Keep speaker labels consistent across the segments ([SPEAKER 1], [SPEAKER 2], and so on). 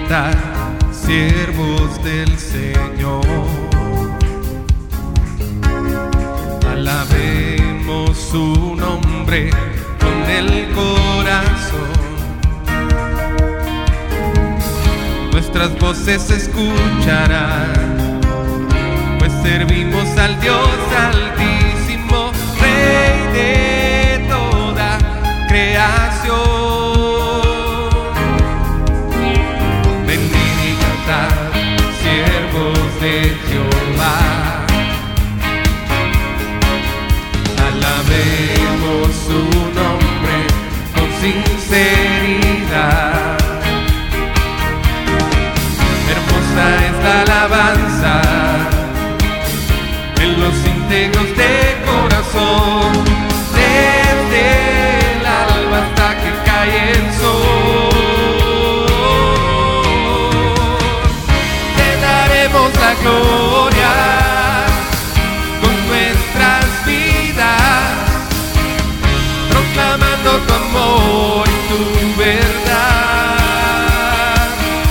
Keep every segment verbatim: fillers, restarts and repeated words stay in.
[SPEAKER 1] cantar, siervos del Señor. Alabemos su nombre con el corazón. Nuestras voces se escucharán, pues servimos al Dios altísimo, Rey de toda creación. Venid y cantad, siervos de Jehová. Alabemos su nombre con sinceridad. Hermosa es la alabanza en los íntegros de corazón, desde el alba hasta que cae el sol. Te daremos la gloria con nuestras vidas, proclamando tu amor y tu verdad,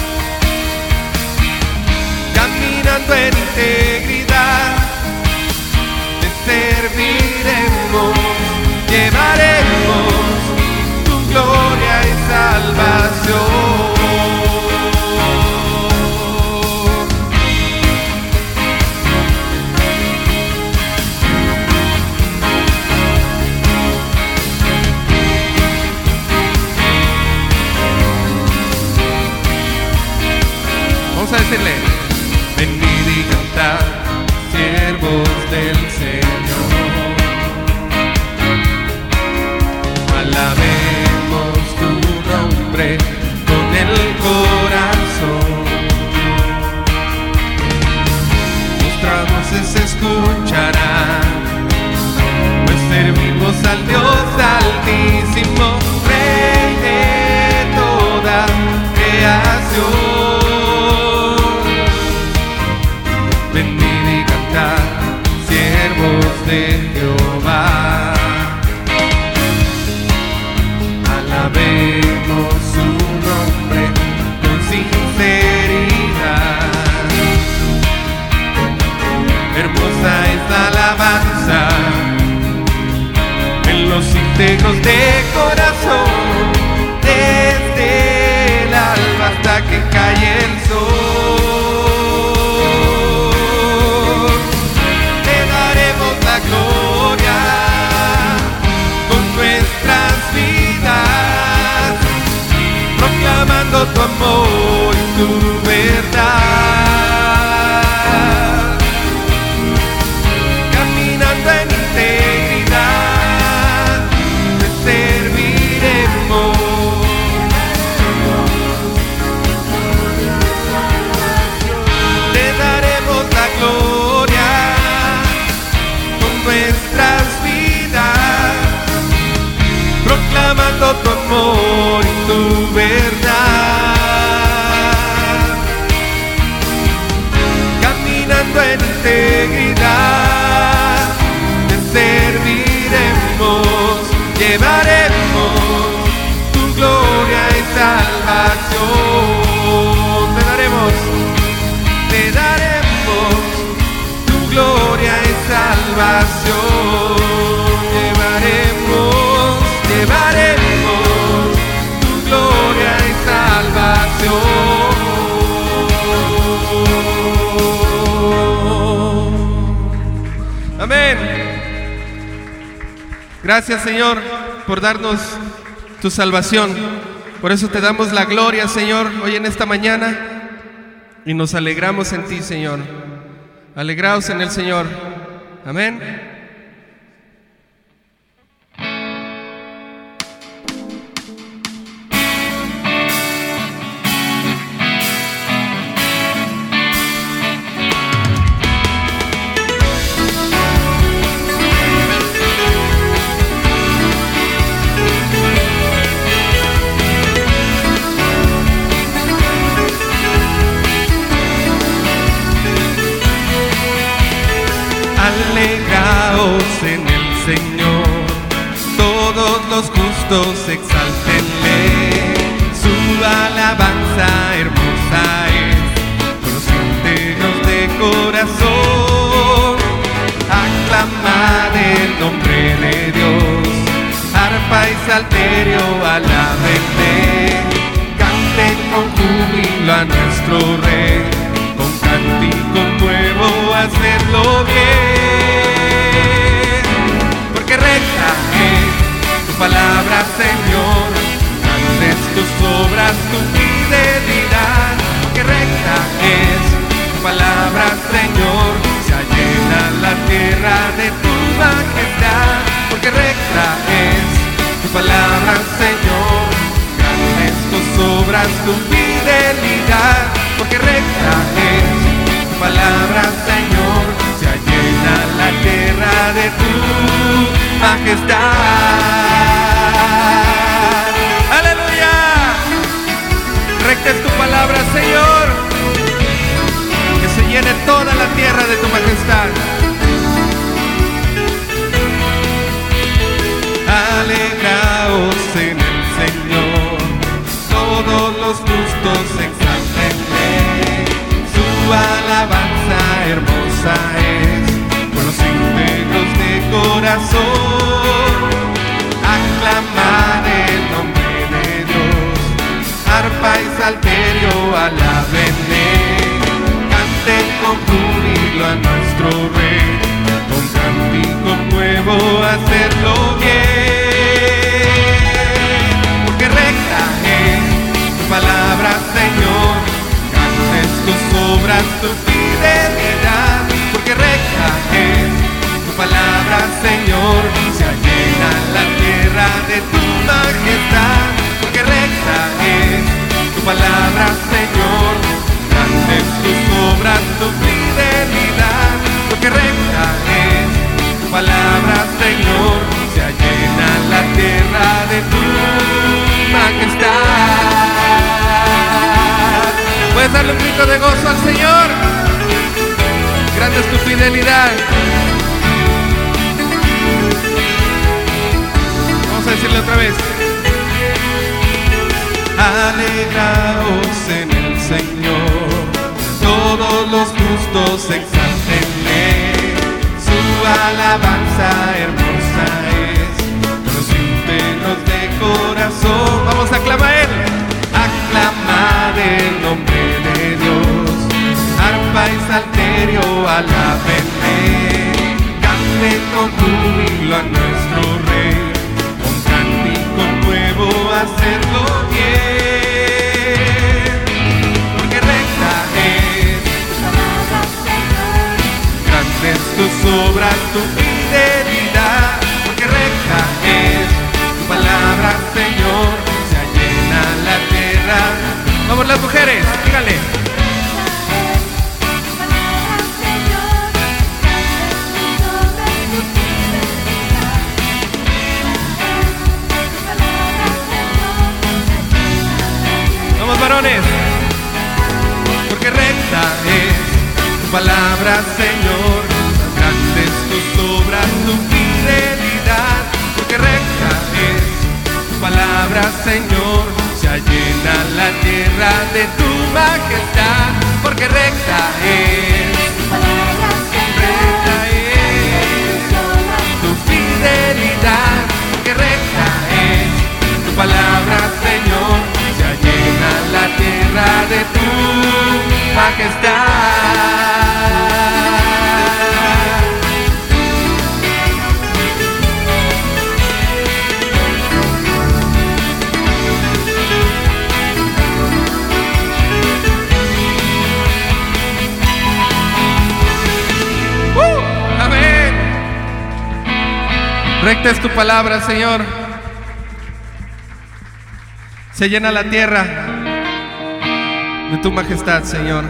[SPEAKER 1] caminando en integridad. Te serviremos, llevaremos tu gloria y salvación. Vamos a decirle: venid y cantad, siervos del Señor. Alabemos tu nombre con el corazón. Nuestras voces se escucharán, pues servimos al Dios altísimo, Rey de toda creación. Venid y cantad, siervos de Jehová. Alabemos su nombre con sinceridad. Hermosa es la alabanza en los íntegros de corazón, desde el alba hasta que cae el sol. Te daremos la gloria con nuestras vidas, proclamando tu amor y tu verdad, caminando en integridad. Te serviremos, te daremos la gloria con nuestras vidas, proclamando tu amor y tu verdad, caminando en integridad. Te serviremos, llevaremos tu gloria y salvación. Te daremos, te daremos tu gloria y salvación. Llevaremos, llevaremos tu gloria y salvación. Amén. Gracias, Señor, por darnos tu salvación. Por eso te damos la gloria, Señor, hoy en esta mañana, y nos alegramos en ti, Señor. Alegraos en el Señor. Amén. Alegraos en el Señor, todos los justos exáltenle, su alabanza hermosa arpa y salterio, alábenle, canten con júbilo a nuestro Rey, con cántico nuevo hacerlo bien, porque recta es tu palabra, Señor, grandes tus obras, tu fidelidad, porque recta es tu palabra, Señor, se llena la tierra de tu majestad, porque recta es tu palabra, Señor, grandes tus obras, tu fidelidad, porque recta es tu palabra, Señor, se llena la tierra de tu majestad. ¡Aleluya! Recta es tu palabra, Señor, que se llene toda la tierra de tu majestad. Alegraos en el Señor, todos los justos exáltenle, su alabanza hermosa es por los íntegros de corazón. Aclamad el nombre de Dios, arpa y salterio, alábenle, canten con júbilo a nuestro Rey, con cántico nuevo hacerlo bien, porque recta es tu palabra, Señor, grandes tus obras, tu fidelidad, porque recta es tu palabra, Señor, se llena la tierra de tu majestad, porque recta es tu palabra, Señor, grandes tus obras, tu fidelidad, porque recta es tu palabra, Señor, se llena la tierra de tu majestad. Puedes darle un grito de gozo al Señor. Grande es tu fidelidad. Vamos a decirle otra vez. Alegraos en el Señor, todos los justos exáltenle, su alabanza hermosa es por los íntegros de corazón. Vamos a aclamar, aclamad el nombre de Dios, arpa y salterio, alábenle, canten con júbilo a nuestro Rey, con cántico nuevo hacerlo bien, porque recta es grandes tus obras, tu fidelidad, porque recta es tu palabra, Señor, se llena la tierra. Vamos las mujeres, díganle. Vamos varones, porque recta es tu palabra, Señor, grandes tus obras, tu fidelidad, porque recta es tu palabra, Señor, se llena la tierra de tu majestad, porque recta es, recta es tu fidelidad, porque recta es tu palabra, Señor, se llena la tierra de tu majestad. Recta es tu palabra, Señor. Se llena la tierra de tu majestad, Señor.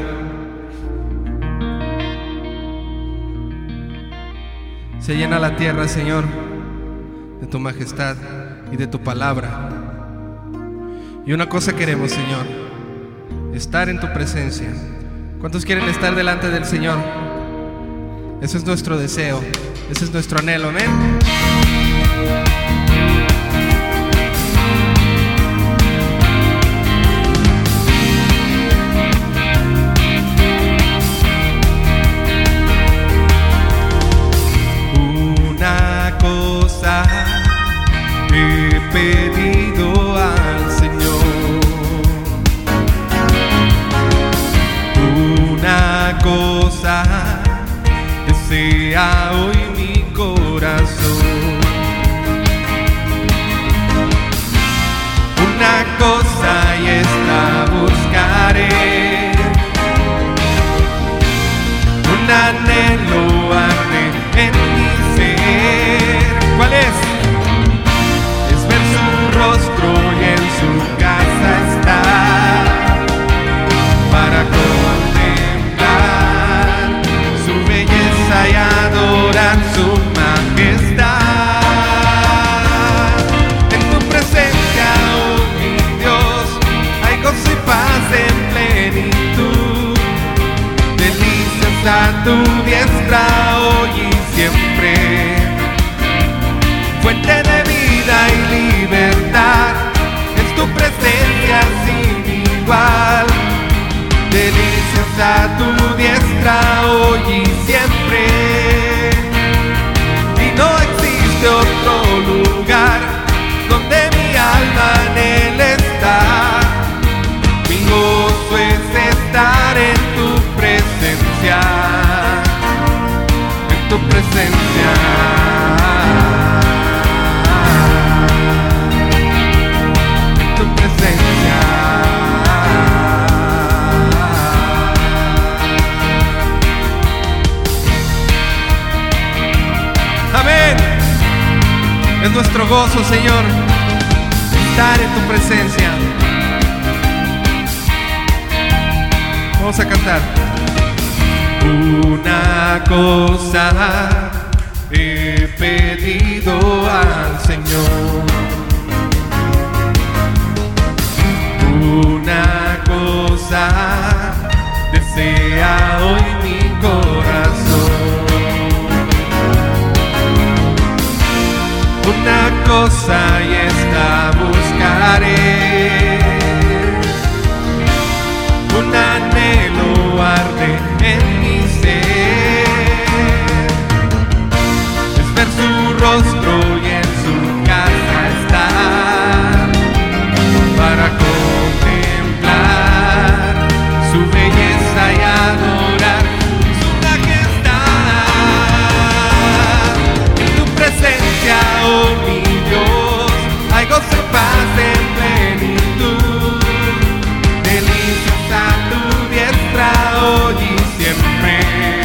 [SPEAKER 1] Se llena la tierra, Señor, de tu majestad y de tu palabra. Y una cosa queremos, Señor, estar en tu presencia. ¿Cuántos quieren estar delante del Señor? Ese es nuestro deseo, ese es nuestro anhelo, amén.
[SPEAKER 2] Una cosa
[SPEAKER 1] cosa y esta buscaré, un anhelo arde en mi ser. ¿Cuál es? Es ver su rostro y en su casa estar, para contemplar su belleza y adorar su majestad. En tu presencia, oh mi Dios, hay gozo y paz en plenitud, delicias a tu diestra hoy y siempre, fuente de vida y libertad, es tu presencia sin igual, delicias a tu diestra hoy y siempre, y no existe otro lugar donde mi alma anhele estar. Mi gozo es estar en tu presencia, en tu presencia. Amén. Es nuestro gozo, Señor, estar en tu presencia. Vamos a cantar. Una cosa he pedido al Señor, una cosa desea hoy mi corazón, una cosa y esta buscaré, un anhelo arde en mi ser, es ver su rostro y en su casa estar, para contemplar su belleza y adorar su majestad. En tu presencia, oh mi Dios, hay gozo y paz en plenitud, delicias a tu diestra hoy y siempre,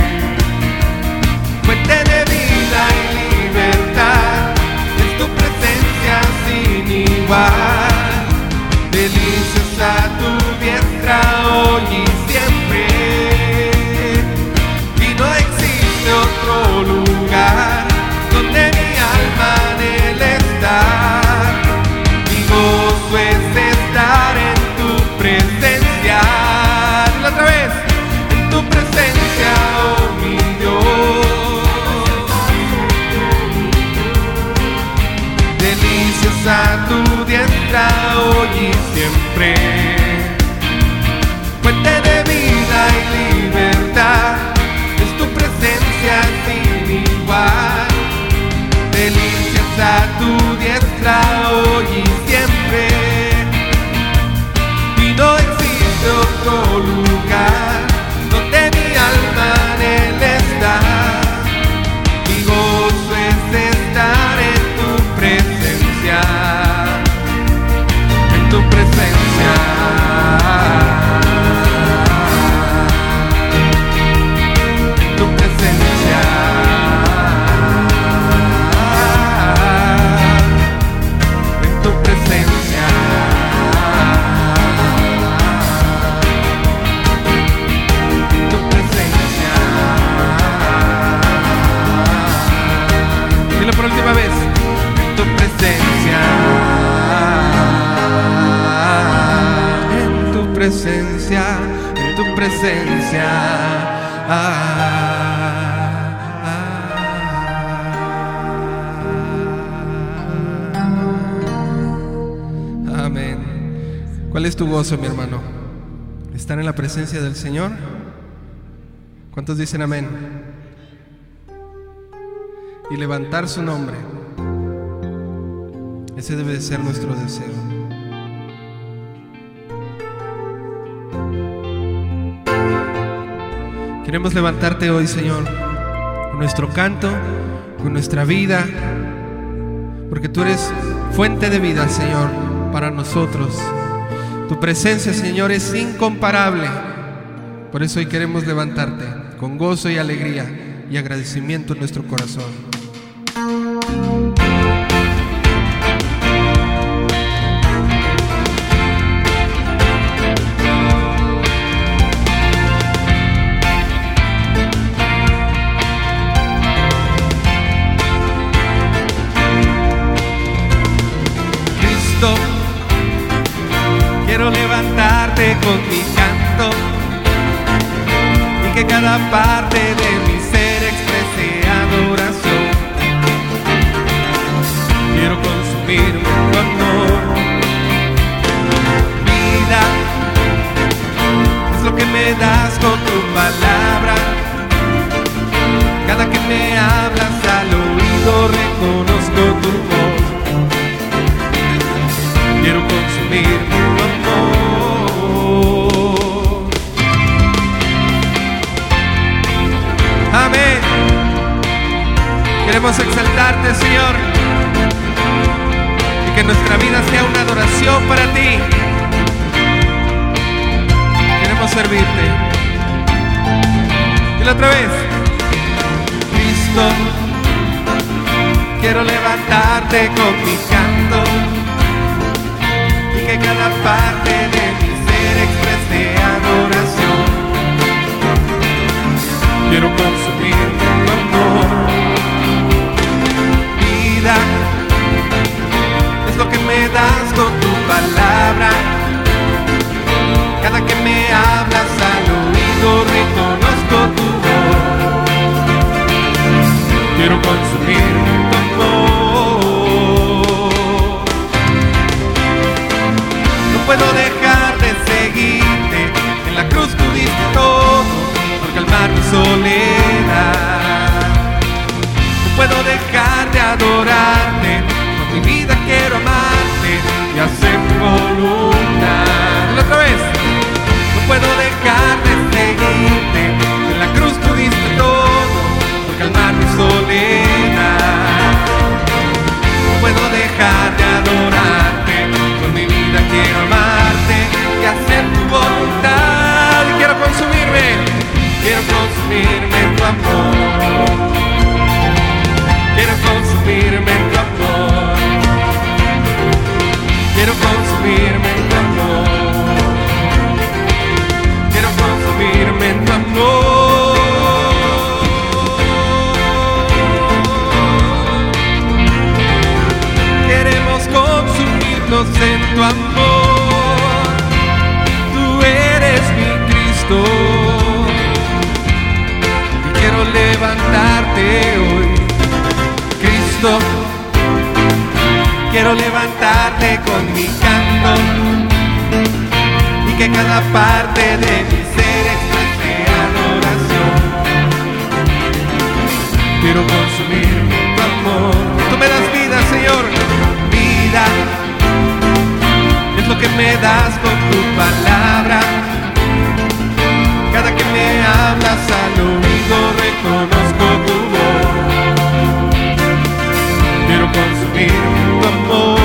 [SPEAKER 1] fuente de vida y libertad, es tu presencia sin igual, delicias a tu diestra hoy y siempre, y no existe otro lugar donde mi alma anhele estar. Mi gozo es estar en tu presencia. Dile otra vez, en tu presencia, oh mi Dios, delicias a tu diestra hoy y siempre, fuente de vida y libertad, es tu presencia sin igual, delicias a tu diestra hoy y siempre, y no existe otro lugar donde mi alma anhele estar. Mi gozo es estar en tu presencia, en tu presencia, en tu presencia, en tu presencia, en tu presencia. Dilo por última vez, en tu presencia, en tu presencia, en tu presencia. Ah, ah. Amén. ¿Cuál es tu gozo, mi hermano? ¿Estar en la presencia del Señor? ¿Cuántos dicen amén? Y levantar su nombre. Ese debe de ser nuestro deseo. Queremos levantarte hoy, Señor, con nuestro canto, con nuestra vida, porque tú eres fuente de vida, Señor, para nosotros. Tu presencia, Señor, es incomparable. Por eso hoy queremos levantarte con gozo y alegría y agradecimiento en nuestro corazón. Cristo, quiero levantarte con mi canto y que cada parte de mi ser exprese adoración. Quiero consumirme en tu amor. Vida es lo que me das con tu palabra. Cada que me hablas al oído reconozco tu voz. Quiero consumir tu amor. Amén. Queremos exaltarte, Señor, y que nuestra vida sea una adoración para ti. Queremos servirte. Dilo otra vez. Cristo, quiero levantarte con mi canto y que cada parte de mi ser exprese adoración. Quiero consumir tu amor. Vida es lo que me das con tu palabra. Cada que me hablas al oído reconozco tu voz. Quiero consumir tu amor. No puedo dejar de seguirte. En la cruz tú diste todo por calmar mi soledad. No puedo dejar de adorarte. Con mi vida quiero amarte y hacer tu voluntad. ¿La otra vez? No puedo dejar de seguirte. En la cruz tú diste todo por calmar mi soledad. No puedo dejar de adorarte. Con mi vida quiero amarte y hacer tu voluntad. Quiero consumirme, quiero consumirme en tu amor. Quiero consumirme en tu amor. Quiero consumirme en tu amor. Quiero consumirme en tu amor. Queremos consumirnos en tu amor. Tú eres mi Cristo y quiero levantarte hoy. Cristo, quiero levantarte con mi canto y que cada parte de mi ser exprese adoración. Quiero consumir tu amor. Tú me das vida, Señor. Vida es lo que me das con tu palabra. Cada que me hablas al oído reconozco tu voz. Quiero consumir tu amor.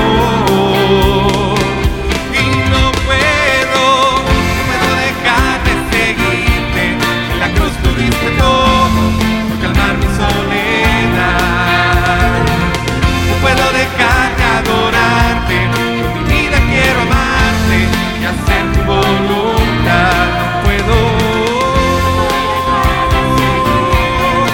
[SPEAKER 1] Y no puedo, no puedo dejar de seguirte. En la cruz tú diste todo por calmar mi soledad. No puedo dejar de adorarte. Con mi vida quiero amarte y hacer tu voluntad. No puedo.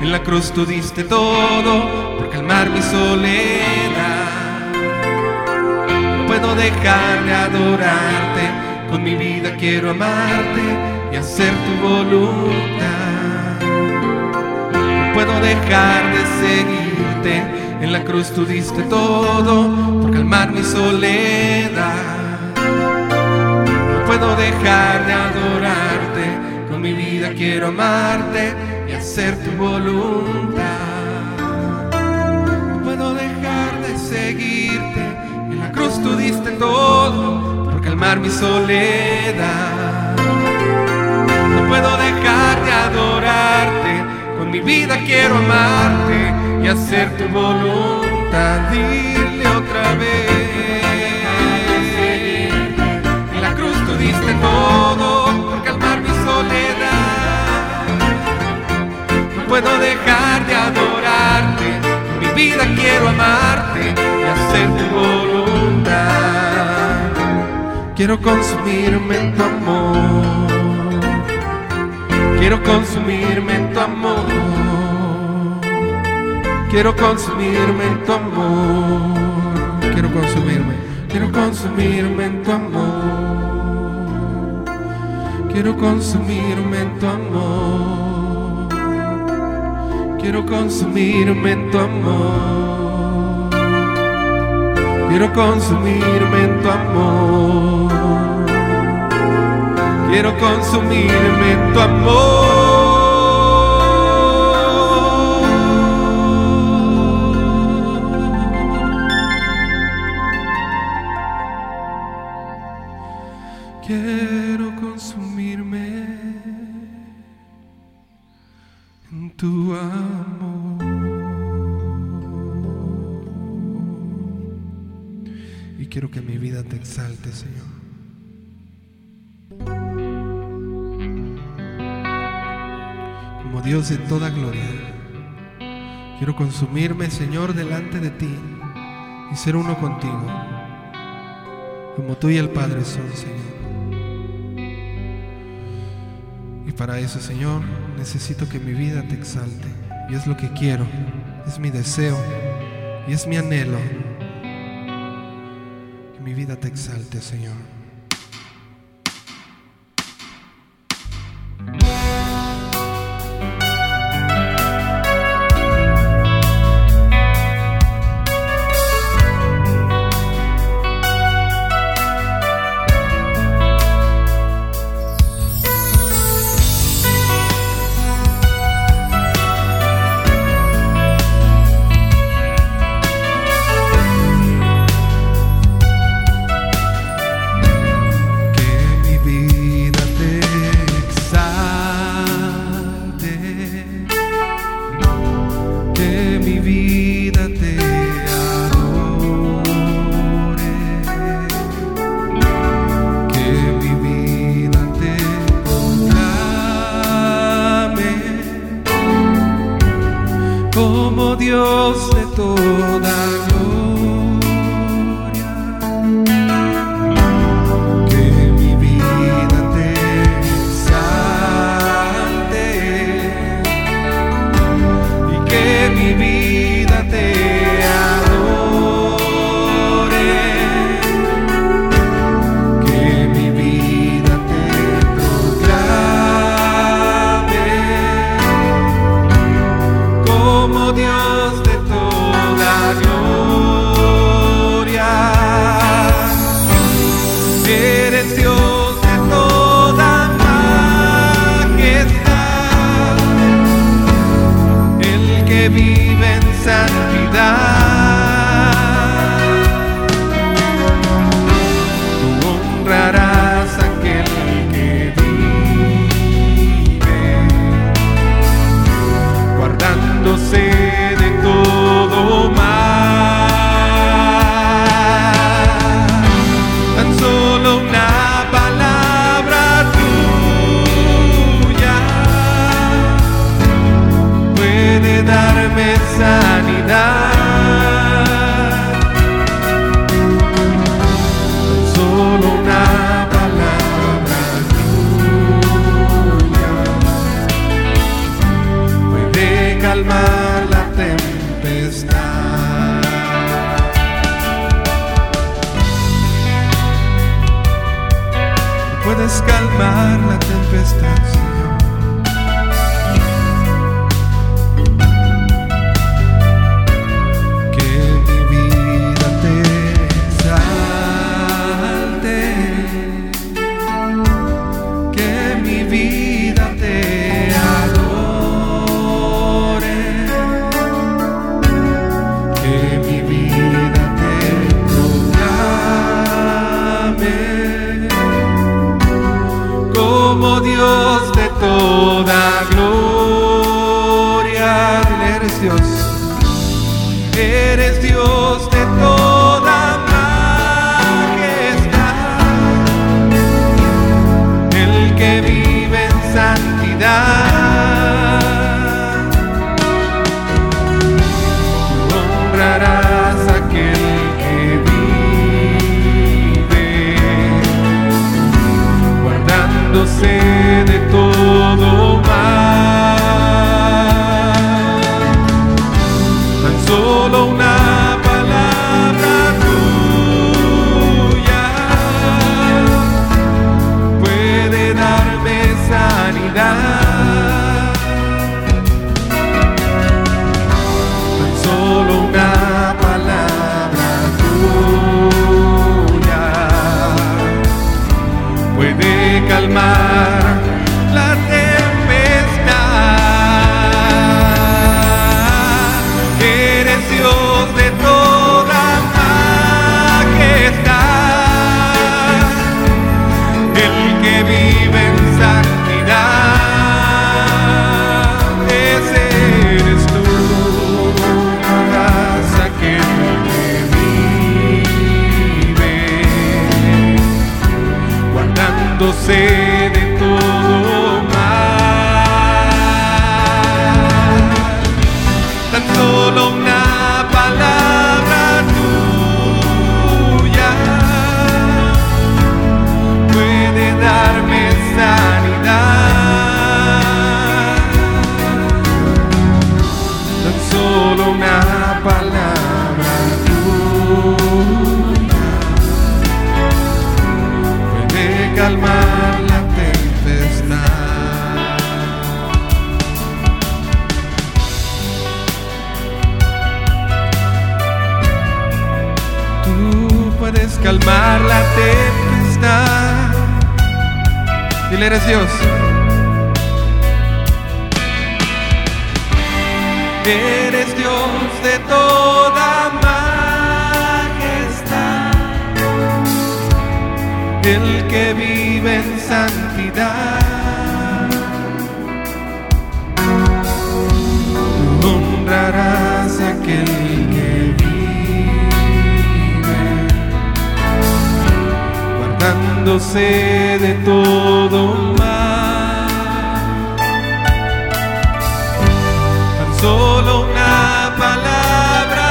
[SPEAKER 1] En la cruz tú diste todo por calmar mi soledad. No puedo dejar de adorarte, con mi vida quiero amarte y hacer tu voluntad. No puedo dejar de seguirte, en la cruz tú diste todo por calmar mi soledad. No puedo dejar de adorarte, con mi vida quiero amarte y hacer tu voluntad. No puedo dejar de seguirte, en la cruz tú diste todo por calmar mi soledad. No puedo dejar de adorarte, con mi vida quiero amarte y hacer tu voluntad. Dile otra vez. En la cruz tú diste todo por calmar mi soledad. No puedo dejar de adorarte, con mi vida quiero amarte y hacer tu voluntad. Quiero consumirme en tu amor, quiero consumirme en tu amor, quiero consumirme en tu amor, quiero consumirme, quiero consumirme en tu amor, quiero consumirme en tu amor, quiero consumirme en tu amor, quiero consumirme en tu amor, quiero consumirme en tu amor. Quiero consumirme en tu amor. Y quiero que mi vida te exalte, Señor. Como Dios de toda gloria, quiero consumirme, Señor, delante de ti y ser uno contigo, como tú y el Padre son, Señor. Y para eso, Señor, necesito que mi vida te exalte. Y es lo que quiero, es mi deseo y es mi anhelo, que mi vida te exalte, Señor. Dios de toda gloria, que mi vida te exalte y que mi vida te adore, que mi vida te proclame como Dios de toda gloria. Eres Dios de toda majestad, el que vive en santidad. Tú honrarás a aquel que vive, guardándose de todo mal. Tan solo una palabra tuya puede darme sanidad. Tan solo una palabra tuya puede calmar la tempestad. Puedes calmar la tempestad, Señor. Que mi vida te exalte, que mi vida te adore, que mi vida te proclame como Dios de toda gloria. Dile, eres Dios, eres Dios de toda majestad, el que vive en santidad. Tú honrarás a aquel que vive, guardándose de todo mal. Tan solo una palabra tuya puede darme sanidad. Tan solo una palabra tuya puede calmar la tempestad. Eres Dios de toda majestad, el que vive en santidad. Ese eres tú, harás aquel que vive, guardándose de todo mal. Tan solo una palabra tuya puede darme sanidad. Tan solo una palabra tuya puede calmar la tempestad. Tú puedes calmar la tempestad. Dile, eres Dios. Eres Dios de toda majestad, el que vive en santidad. Tú honrarás a aquel que vive, guardándose de todo mal. Tan solo una palabra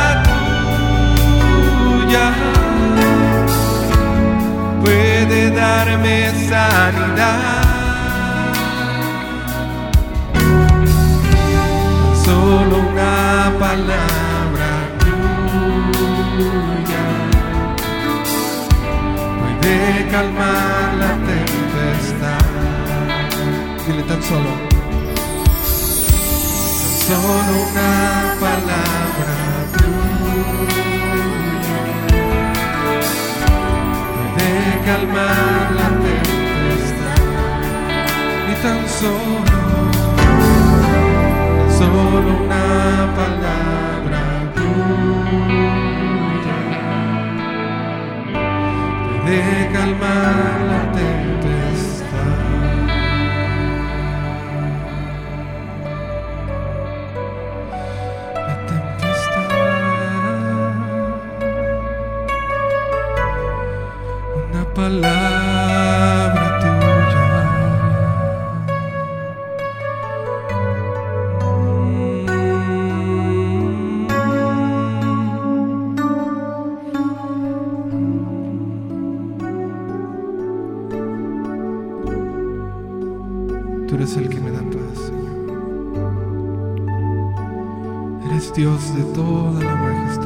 [SPEAKER 1] tuya puede darme sanidad. Solo una palabra tuya puede calmar la tempestad. Dile, tan solo, tan solo una palabra tuya puede calmar la tempestad. Y tan solo, tan solo una palabra tuya puede calmar la tempestad. La tempestad, una palabra tuya. Tú eres el que me da paz, Señor. eres Dios de toda la majestad.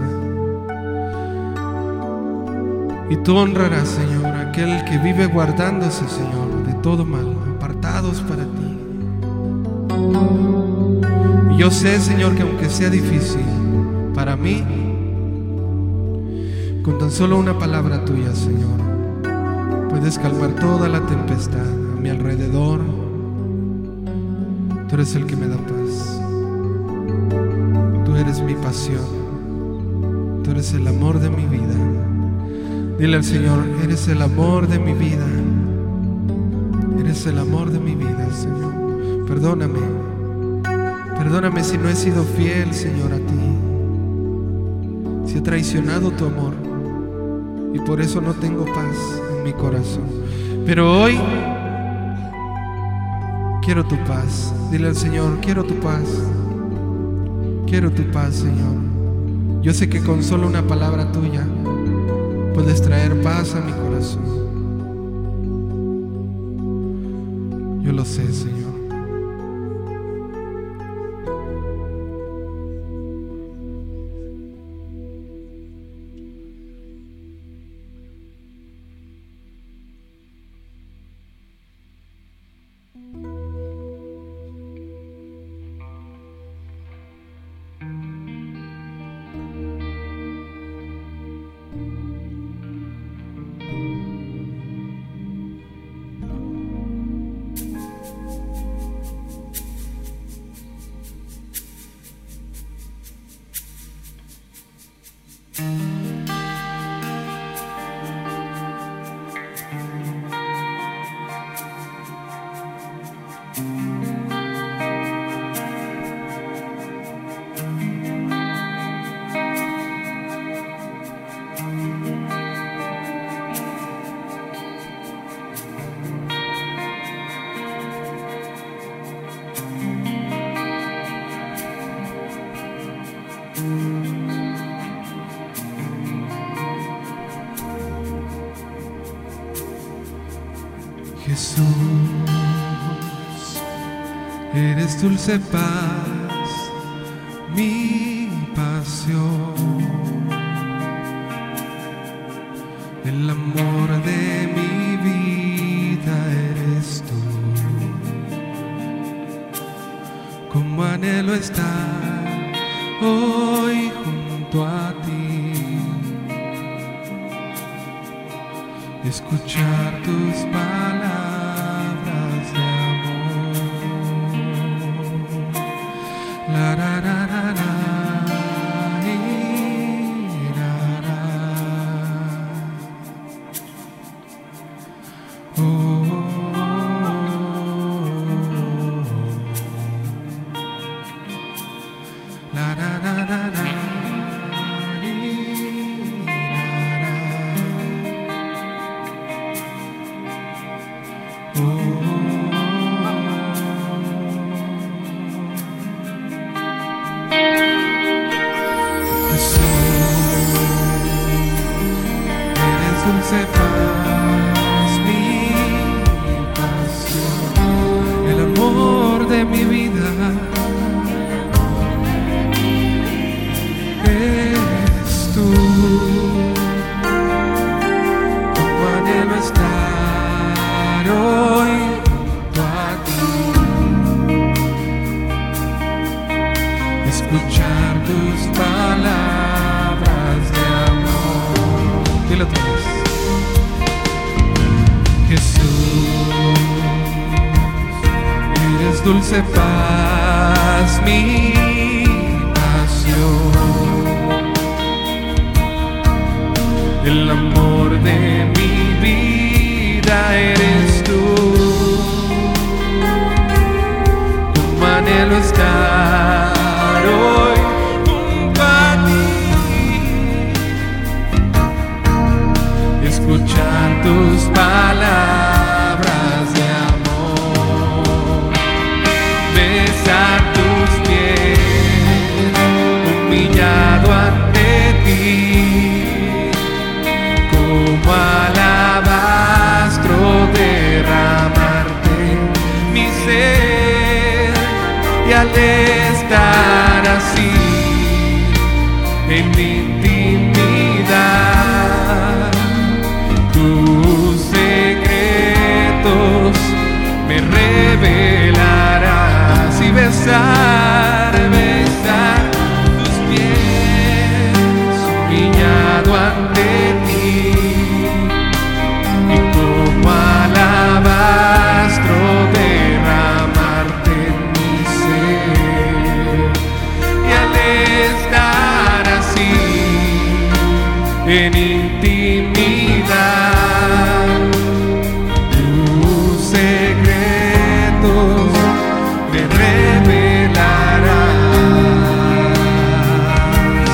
[SPEAKER 1] Y tú honrarás, Señor, a aquel que vive guardándose, Señor, de todo mal, apartados para ti. Y yo sé, Señor, que aunque sea difícil para mí, con tan solo una palabra tuya, Señor, puedes calmar toda la tempestad a mi alrededor. Tú eres el que me da paz. Tú eres mi pasión. Tú eres el amor de mi vida. Dile al Señor: eres el amor de mi vida. Eres el amor de mi vida, Señor. Perdóname. Perdóname si no he sido fiel, Señor, a ti. Si he traicionado tu amor y por eso no tengo paz en mi corazón. Pero hoy quiero tu paz. Dile al Señor: quiero tu paz. Quiero tu paz, Señor. Yo sé que con solo una palabra tuya puedes traer paz a mi corazón. Yo lo sé, Señor. Jesús, eres dulce paz, mi pasión, el amor de mi vida eres tú. Como anhelo estar hoy junto a ti, escuchar tus palabras de amor. La, ra, ra, ra, ra, y, ra, ra. Oh, oh, oh. La, ra, ra, ra, ra. Dulce paz, mi pasión, el amor de mi vida, eres tú. Como anhelo estar hoy junto a ti, escuchar tus palabras de amor. Dilo otra vez. Jesús, eres dulce paz, mi pasión, el amor de mi vida eres tú. Como anhelo estar hoy junto a ti, escuchar tus palabras de amor, besar tus pies, en intimidad. Tus secretos me revelarás y besar, besar tus pies, humillado ante ti, y como alabastro derramarte en mi ser. Y al estar así en intimidad, tus secretos me revelarás.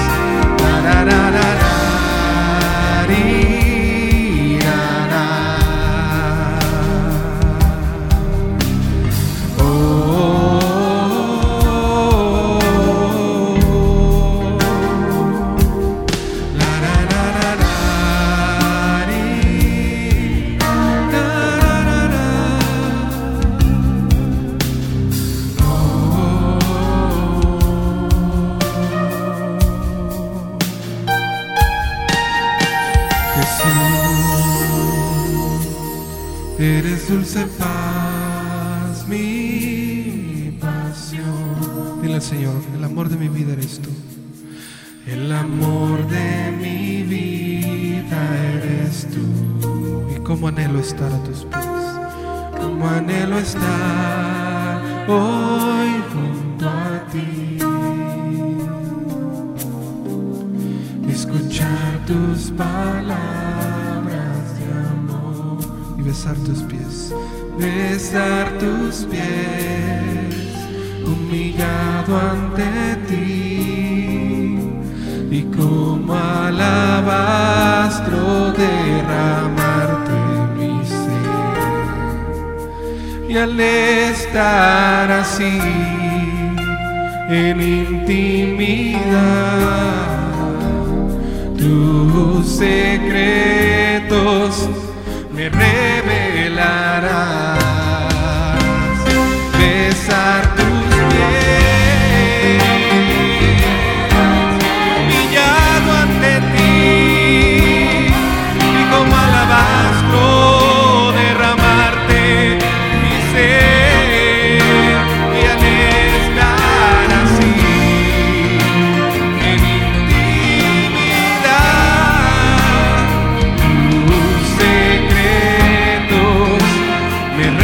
[SPEAKER 1] Tarararararirará. Oh, eres dulce paz, mi pasión. Dile al Señor, el amor de mi vida eres tú. El amor de mi vida eres tú. Y cómo anhelo estar a tus pies, cómo anhelo estar hoy junto a ti, escuchar tus palabras de amor y besar tus pies, besar tus pies, humillado ante ti, y como alabastro derramarte mi ser. Y al estar así en intimidad, tus secretos me revelarás. Besar tus pies, humillado ante ti, y como alabastro derramarte mi ser. Y al estar así en intimidad, tus secretos me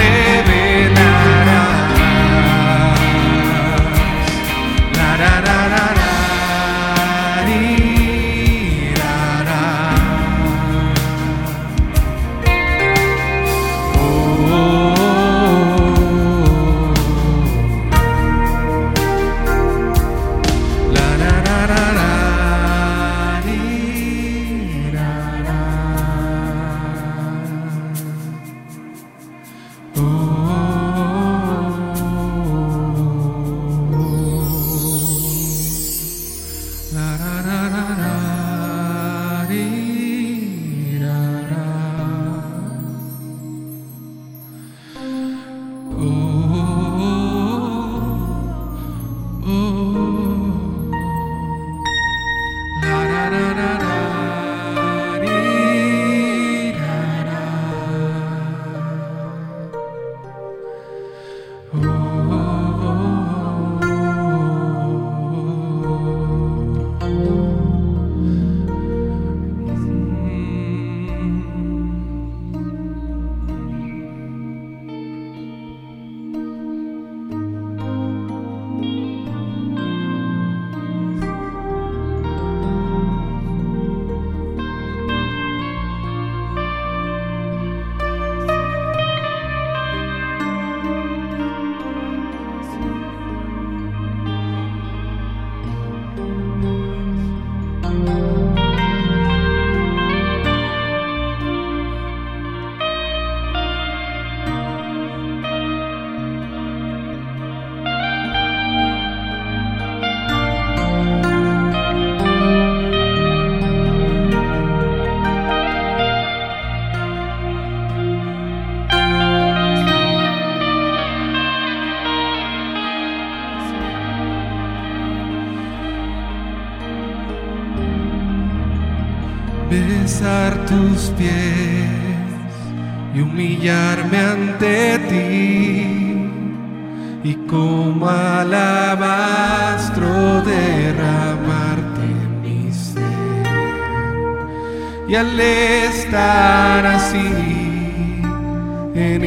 [SPEAKER 1] besar tus pies y humillarme ante ti, y como alabastro derramarte mi ser. Y al estar así en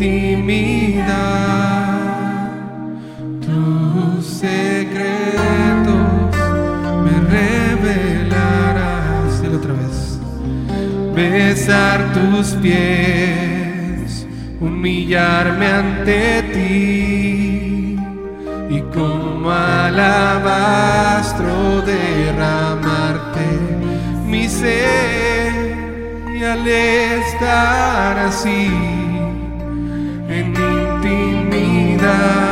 [SPEAKER 1] intimidad, tus secretos me revelarás. Dile otra vez. Besar tus pies, humillarme ante ti, y como alabastro derramarte mi ser. Y al estar así en intimidad,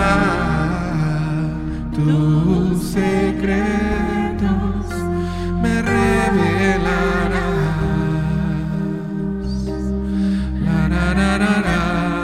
[SPEAKER 1] tus secretos me revelarás. La, la, la, la, la.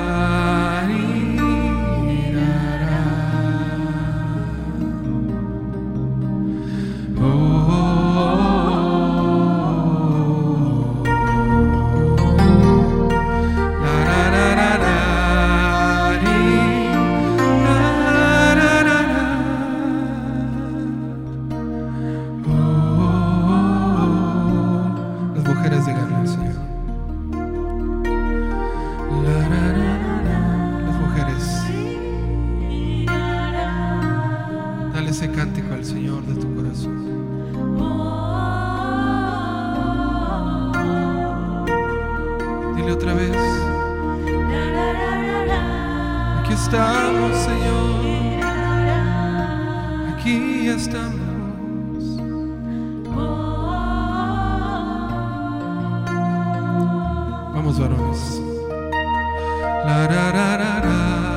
[SPEAKER 1] Ese cántico al Señor de tu corazón. Dile otra vez. Aquí estamos, Señor. Aquí estamos. Vamos, varones. La, ra, ra, ra, ra.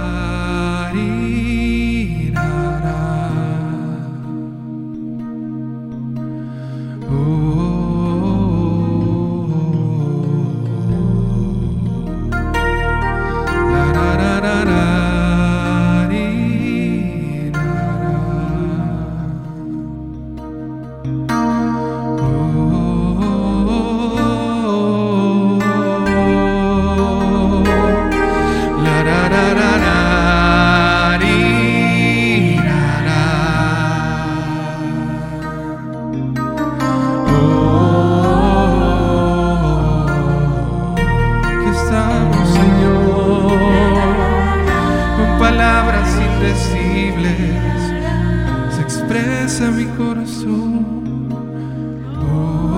[SPEAKER 1] Se expresa mi corazón. Oh.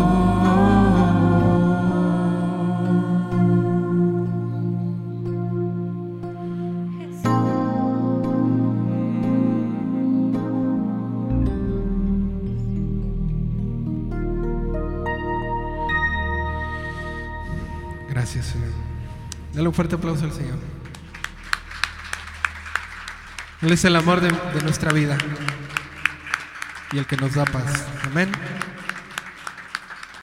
[SPEAKER 1] Gracias, Señor. Dale un fuerte aplauso al Señor. Él es el amor de, de nuestra vida y el que nos da paz. Amén.